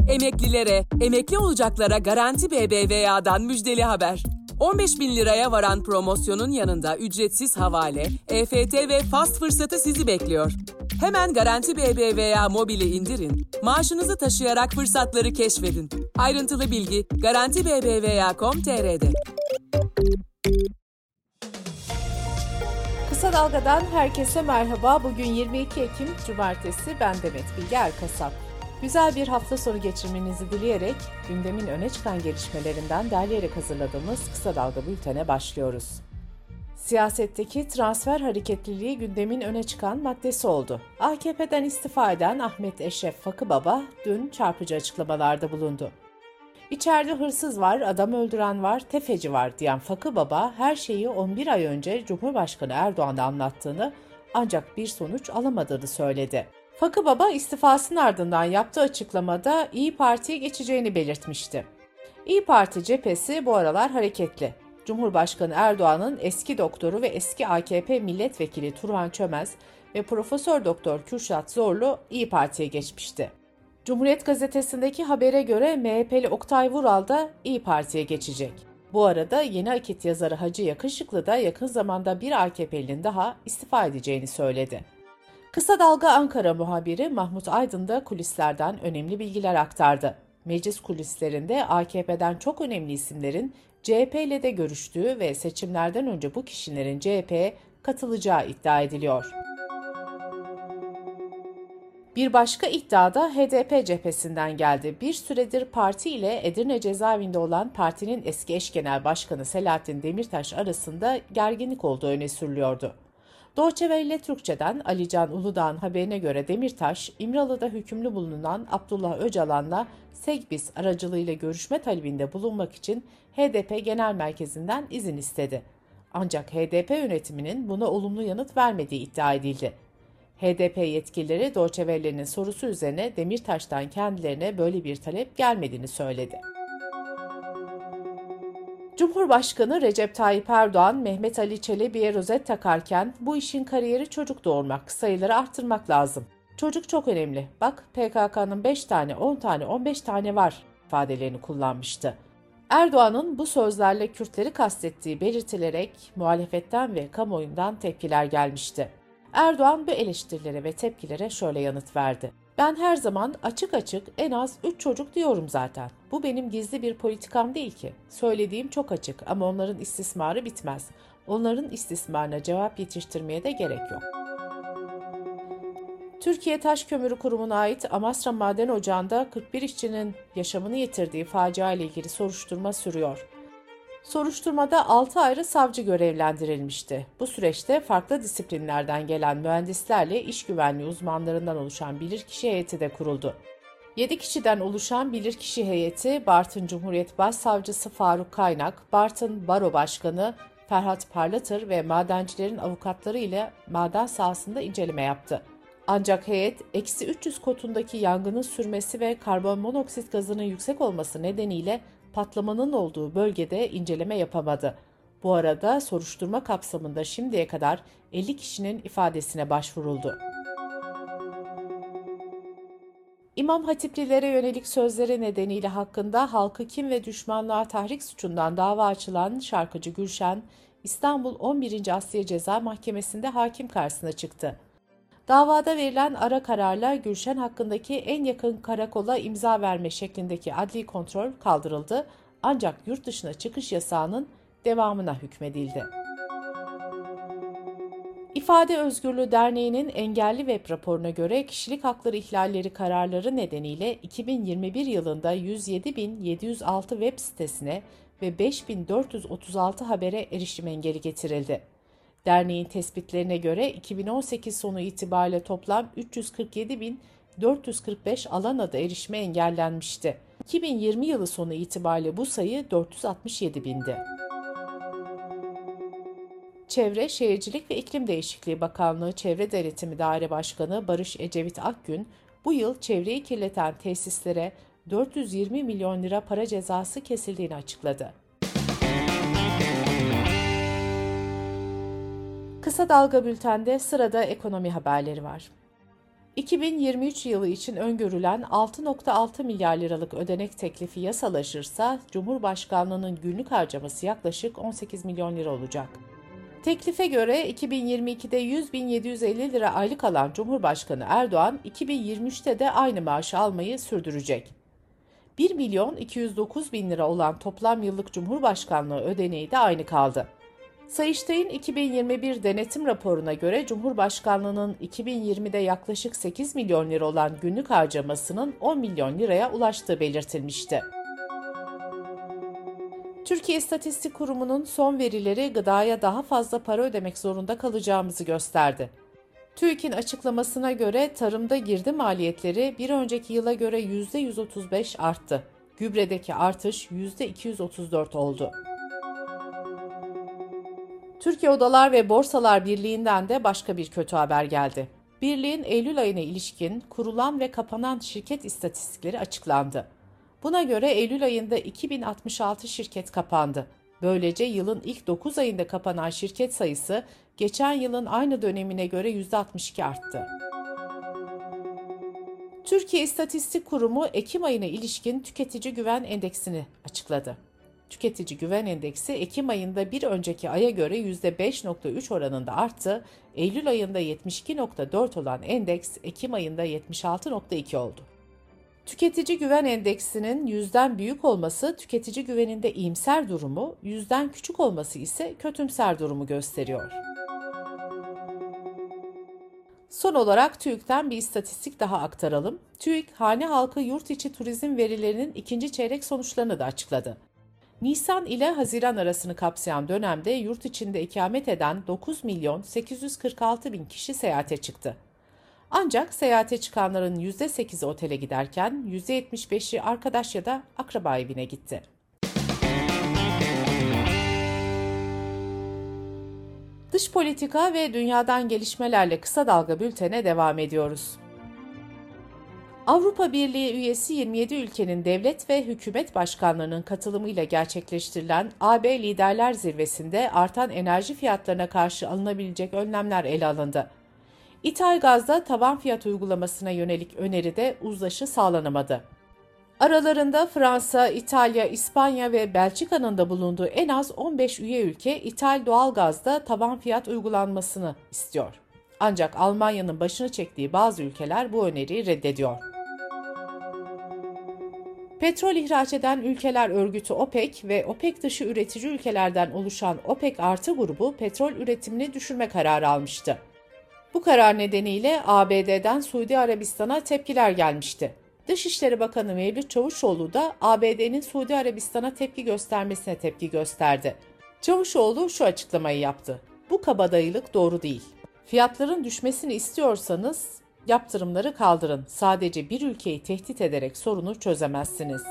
Emeklilere, emekli olacaklara Garanti BBVA'dan müjdeli haber. 15.000 liraya varan promosyonun yanında ücretsiz havale, EFT ve fast fırsatı sizi bekliyor. Hemen Garanti BBVA mobili indirin, maaşınızı taşıyarak fırsatları keşfedin. Ayrıntılı bilgi garantibbva.com.tr'de. Kısa Dalga'dan herkese merhaba. Bugün 22 Ekim Cumartesi. Ben Demet Bilge Erkasap. Güzel bir hafta sonu geçirmenizi dileyerek gündemin öne çıkan gelişmelerinden derleyerek hazırladığımız Kısa Dalga bültene başlıyoruz. Siyasetteki transfer hareketliliği gündemin öne çıkan maddesi oldu. AKP'den istifa eden Ahmet Eşref Fakıbaba dün çarpıcı açıklamalarda bulundu. İçeride hırsız var, adam öldüren var, tefeci var diyen Fakıbaba her şeyi 11 ay önce Cumhurbaşkanı Erdoğan'a anlattığını ancak bir sonuç alamadığını söyledi. Fakıbaba istifasının ardından yaptığı açıklamada İYİ Parti'ye geçeceğini belirtmişti. İYİ Parti cephesi bu aralar hareketli. Cumhurbaşkanı Erdoğan'ın eski doktoru ve eski AKP milletvekili Turhan Çömez ve Profesör Doktor Kürşat Zorlu İYİ Parti'ye geçmişti. Cumhuriyet Gazetesi'ndeki habere göre MHP'li Oktay Vural da İYİ Parti'ye geçecek. Bu arada Yeni Akit yazarı Hacı Yakışıklı da yakın zamanda bir AKP'linin daha istifa edeceğini söyledi. Kısa Dalga Ankara muhabiri Mahmut Aydın da kulislerden önemli bilgiler aktardı. Meclis kulislerinde AKP'den çok önemli isimlerin CHP ile de görüştüğü ve seçimlerden önce bu kişilerin CHP'ye katılacağı iddia ediliyor. Bir başka iddia da HDP cephesinden geldi. Bir süredir parti ile Edirne cezaevinde olan partinin eski eş genel başkanı Selahattin Demirtaş arasında gerginlik olduğu öne sürülüyordu. Deutsche Welle Türkçe'den Alican Uludağ'ın haberine göre Demirtaş, İmralı'da hükümlü bulunan Abdullah Öcalan'la Segbis aracılığıyla görüşme talebinde bulunmak için HDP Genel Merkezi'nden izin istedi. Ancak HDP yönetiminin buna olumlu yanıt vermediği iddia edildi. HDP yetkilileri Deutsche Welle'nin sorusu üzerine Demirtaş'tan kendilerine böyle bir talep gelmediğini söyledi. Cumhurbaşkanı Recep Tayyip Erdoğan, Mehmet Ali Çelebi'ye rozet takarken bu işin kariyeri çocuk doğurmak, sayıları arttırmak lazım. Çocuk çok önemli. Bak PKK'nın 5 tane, 10 tane, 15 tane var ifadelerini kullanmıştı. Erdoğan'ın bu sözlerle Kürtleri kastettiği belirtilerek muhalefetten ve kamuoyundan tepkiler gelmişti. Erdoğan bu eleştirilere ve tepkilere şöyle yanıt verdi. Ben her zaman açık açık en az 3 çocuk diyorum zaten. Bu benim gizli bir politikam değil ki. Söylediğim çok açık ama onların istismarı bitmez. Onların istismarına cevap yetiştirmeye de gerek yok. Türkiye Taş Kömürü Kurumu'na ait Amasra Maden Ocağı'nda 41 işçinin yaşamını yitirdiği facia ile ilgili soruşturma sürüyor. Soruşturmada 6 ayrı savcı görevlendirilmişti. Bu süreçte farklı disiplinlerden gelen mühendislerle iş güvenliği uzmanlarından oluşan bilirkişi heyeti de kuruldu. 7 kişiden oluşan bilirkişi heyeti, Bartın Cumhuriyet Başsavcısı Faruk Kaynak, Bartın Baro Başkanı Ferhat Parlatır ve madencilerin avukatları ile maden sahasında inceleme yaptı. Ancak heyet, -300 kotundaki yangının sürmesi ve karbon monoksit gazının yüksek olması nedeniyle patlamanın olduğu bölgede inceleme yapamadı. Bu arada soruşturma kapsamında şimdiye kadar 50 kişinin ifadesine başvuruldu. İmam Hatiplilere yönelik sözleri nedeniyle hakkında halkı kin ve düşmanlığa tahrik suçundan dava açılan şarkıcı Gülşen, İstanbul 11. Asliye Ceza Mahkemesi'nde hakim karşısına çıktı. Davada verilen ara kararla Gülşen hakkındaki en yakın karakola imza verme şeklindeki adli kontrol kaldırıldı ancak yurt dışına çıkış yasağının devamına hükmedildi. İfade Özgürlüğü Derneği'nin engelli web raporuna göre kişilik hakları ihlalleri kararları nedeniyle 2021 yılında 107.706 web sitesine ve 5.436 habere erişim engeli getirildi. Derneğin tespitlerine göre 2018 sonu itibariyle toplam 347.445 alan adı erişime engellenmişti. 2020 yılı sonu itibariyle bu sayı 467.000'di. Çevre, Şehircilik ve İklim Değişikliği Bakanlığı Çevre Denetimi Daire Başkanı Barış Ecevit Akgün, bu yıl çevreyi kirleten tesislere 420 milyon lira para cezası kesildiğini açıkladı. Kısa Dalga Bülten'de sırada ekonomi haberleri var. 2023 yılı için öngörülen 6,6 milyar liralık ödenek teklifi yasalaşırsa Cumhurbaşkanlığının günlük harcaması yaklaşık 18 milyon lira olacak. Teklife göre 2022'de 100.750 lira aylık alan Cumhurbaşkanı Erdoğan, 2023'te de aynı maaşı almayı sürdürecek. 1.209.000 lira olan toplam yıllık Cumhurbaşkanlığı ödeneği de aynı kaldı. Sayıştay'ın 2021 denetim raporuna göre Cumhurbaşkanlığının 2020'de yaklaşık 8 milyon lira olan günlük harcamasının 10 milyon liraya ulaştığı belirtilmişti. Türkiye İstatistik Kurumu'nun son verileri gıdaya daha fazla para ödemek zorunda kalacağımızı gösterdi. TÜİK'in açıklamasına göre tarımda girdi maliyetleri bir önceki yıla göre %135 arttı. Gübredeki artış %234 oldu. Türkiye Odalar ve Borsalar Birliği'nden de başka bir kötü haber geldi. Birliğin Eylül ayına ilişkin kurulan ve kapanan şirket istatistikleri açıklandı. Buna göre Eylül ayında 2066 şirket kapandı. Böylece yılın ilk 9 ayında kapanan şirket sayısı geçen yılın aynı dönemine göre %62 arttı. Türkiye İstatistik Kurumu Ekim ayına ilişkin Tüketici Güven Endeksini açıkladı. Tüketici Güven Endeksi Ekim ayında bir önceki aya göre %5,3 oranında arttı, Eylül ayında 72,4 olan endeks Ekim ayında 76,2 oldu. Tüketici Güven Endeksinin 100'den büyük olması tüketici güveninde iyimser durumu, 100'den küçük olması ise kötümser durumu gösteriyor. Son olarak TÜİK'ten bir istatistik daha aktaralım. TÜİK, hane halkı yurt içi turizm verilerinin ikinci çeyrek sonuçlarını da açıkladı. Nisan ile Haziran arasını kapsayan dönemde yurt içinde ikamet eden 9.846.000 kişi seyahate çıktı. Ancak seyahate çıkanların %8'i otele giderken %75'i arkadaş ya da akraba evine gitti. Dış politika ve dünyadan gelişmelerle kısa dalga bültene devam ediyoruz. Avrupa Birliği üyesi 27 ülkenin devlet ve hükümet başkanlarının katılımıyla gerçekleştirilen AB Liderler Zirvesi'nde artan enerji fiyatlarına karşı alınabilecek önlemler ele alındı. İthal gazda tavan fiyat uygulamasına yönelik öneride uzlaşı sağlanamadı. Aralarında Fransa, İtalya, İspanya ve Belçika'nın da bulunduğu en az 15 üye ülke ithal doğalgazda tavan fiyat uygulanmasını istiyor. Ancak Almanya'nın başını çektiği bazı ülkeler bu öneriyi reddediyor. Petrol ihraç eden ülkeler örgütü OPEC ve OPEC dışı üretici ülkelerden oluşan OPEC artı grubu petrol üretimini düşürme kararı almıştı. Bu karar nedeniyle ABD'den Suudi Arabistan'a tepkiler gelmişti. Dışişleri Bakanı Mevlüt Çavuşoğlu da ABD'nin Suudi Arabistan'a tepki göstermesine tepki gösterdi. Çavuşoğlu şu açıklamayı yaptı: "Bu kabadayılık doğru değil. Fiyatların düşmesini istiyorsanız yaptırımları kaldırın. Sadece bir ülkeyi tehdit ederek sorunu çözemezsiniz."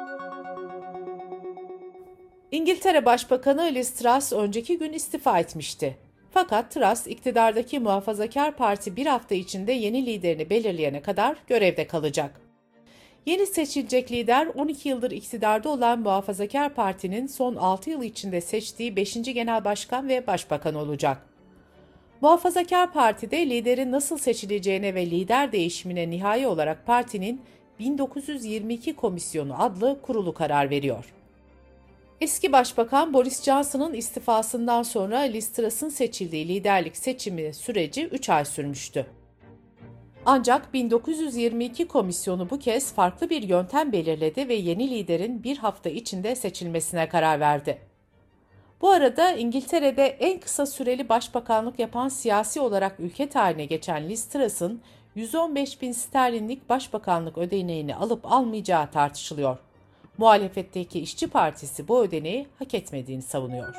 İngiltere Başbakanı Liz Truss önceki gün istifa etmişti. Fakat Truss, iktidardaki Muhafazakar Parti bir hafta içinde yeni liderini belirleyene kadar görevde kalacak. Yeni seçilecek lider 12 yıldır iktidarda olan Muhafazakar Parti'nin son 6 yıl içinde seçtiği 5. Genel Başkan ve Başbakan olacak. Muhafazakar Parti'de liderin nasıl seçileceğine ve lider değişimine nihai olarak partinin 1922 Komisyonu adlı kurulu karar veriyor. Eski Başbakan Boris Johnson'ın istifasından sonra Liz Truss'ın seçildiği liderlik seçimi süreci 3 ay sürmüştü. Ancak 1922 Komisyonu bu kez farklı bir yöntem belirledi ve yeni liderin bir hafta içinde seçilmesine karar verdi. Bu arada İngiltere'de en kısa süreli başbakanlık yapan siyasi olarak ülke tarihine geçen Liz Truss'ın 115.000 sterlinlik başbakanlık ödeneğini alıp almayacağı tartışılıyor. Muhalefetteki İşçi Partisi bu ödeneği hak etmediğini savunuyor.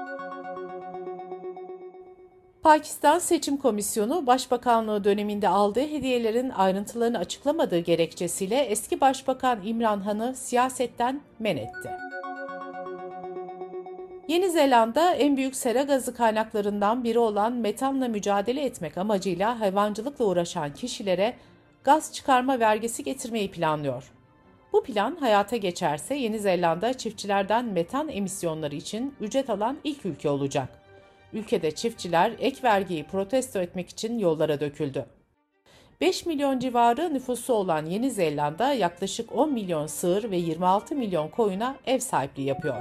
Pakistan Seçim Komisyonu, Başbakanlığı döneminde aldığı hediyelerin ayrıntılarını açıklamadığı gerekçesiyle eski Başbakan İmran Han'ı siyasetten men etti. Yeni Zelanda, en büyük sera gazı kaynaklarından biri olan metanla mücadele etmek amacıyla hayvancılıkla uğraşan kişilere gaz çıkarma vergisi getirmeyi planlıyor. Bu plan hayata geçerse Yeni Zelanda çiftçilerden metan emisyonları için ücret alan ilk ülke olacak. Ülkede çiftçiler ek vergiyi protesto etmek için yollara döküldü. 5 milyon civarı nüfusu olan Yeni Zelanda yaklaşık 10 milyon sığır ve 26 milyon koyuna ev sahipliği yapıyor.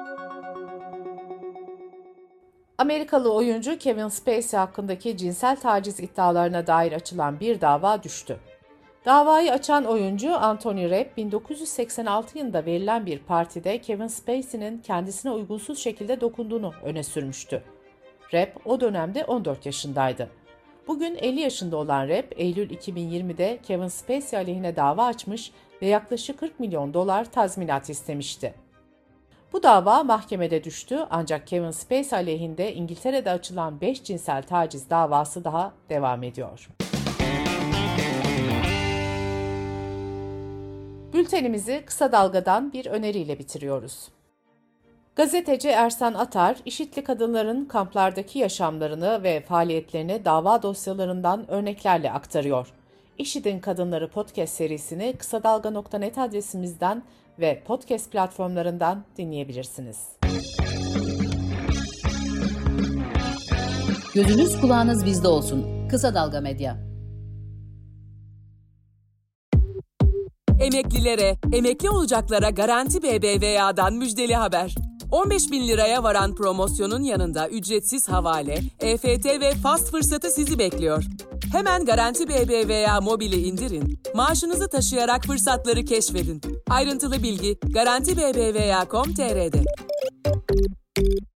Amerikalı oyuncu Kevin Spacey hakkındaki cinsel taciz iddialarına dair açılan bir dava düştü. Davayı açan oyuncu Anthony Rapp, 1986 yılında verilen bir partide Kevin Spacey'nin kendisine uygunsuz şekilde dokunduğunu öne sürmüştü. Rapp o dönemde 14 yaşındaydı. Bugün 50 yaşında olan Rapp, Eylül 2020'de Kevin Spacey aleyhine dava açmış ve yaklaşık 40 milyon dolar tazminat istemişti. Bu dava mahkemede düştü ancak Kevin Spacey aleyhinde İngiltere'de açılan 5 cinsel taciz davası daha devam ediyor. Bültenimizi kısa dalgadan bir öneriyle bitiriyoruz. Gazeteci Ersan Atar, IŞİD'li kadınların kamplardaki yaşamlarını ve faaliyetlerini dava dosyalarından örneklerle aktarıyor. IŞİD'in Kadınları podcast serisini kısadalga.net adresimizden ve podcast platformlarından dinleyebilirsiniz. Gözünüz kulağınız bizde olsun. Kısa Dalga Medya. Emeklilere, emekli olacaklara Garanti BBVA'dan müjdeli haber. 15.000 liraya varan promosyonun yanında ücretsiz havale, EFT ve fast fırsatı sizi bekliyor. Hemen Garanti BBVA mobili indirin, maaşınızı taşıyarak fırsatları keşfedin. Ayrıntılı bilgi garantibbva.com.tr'de.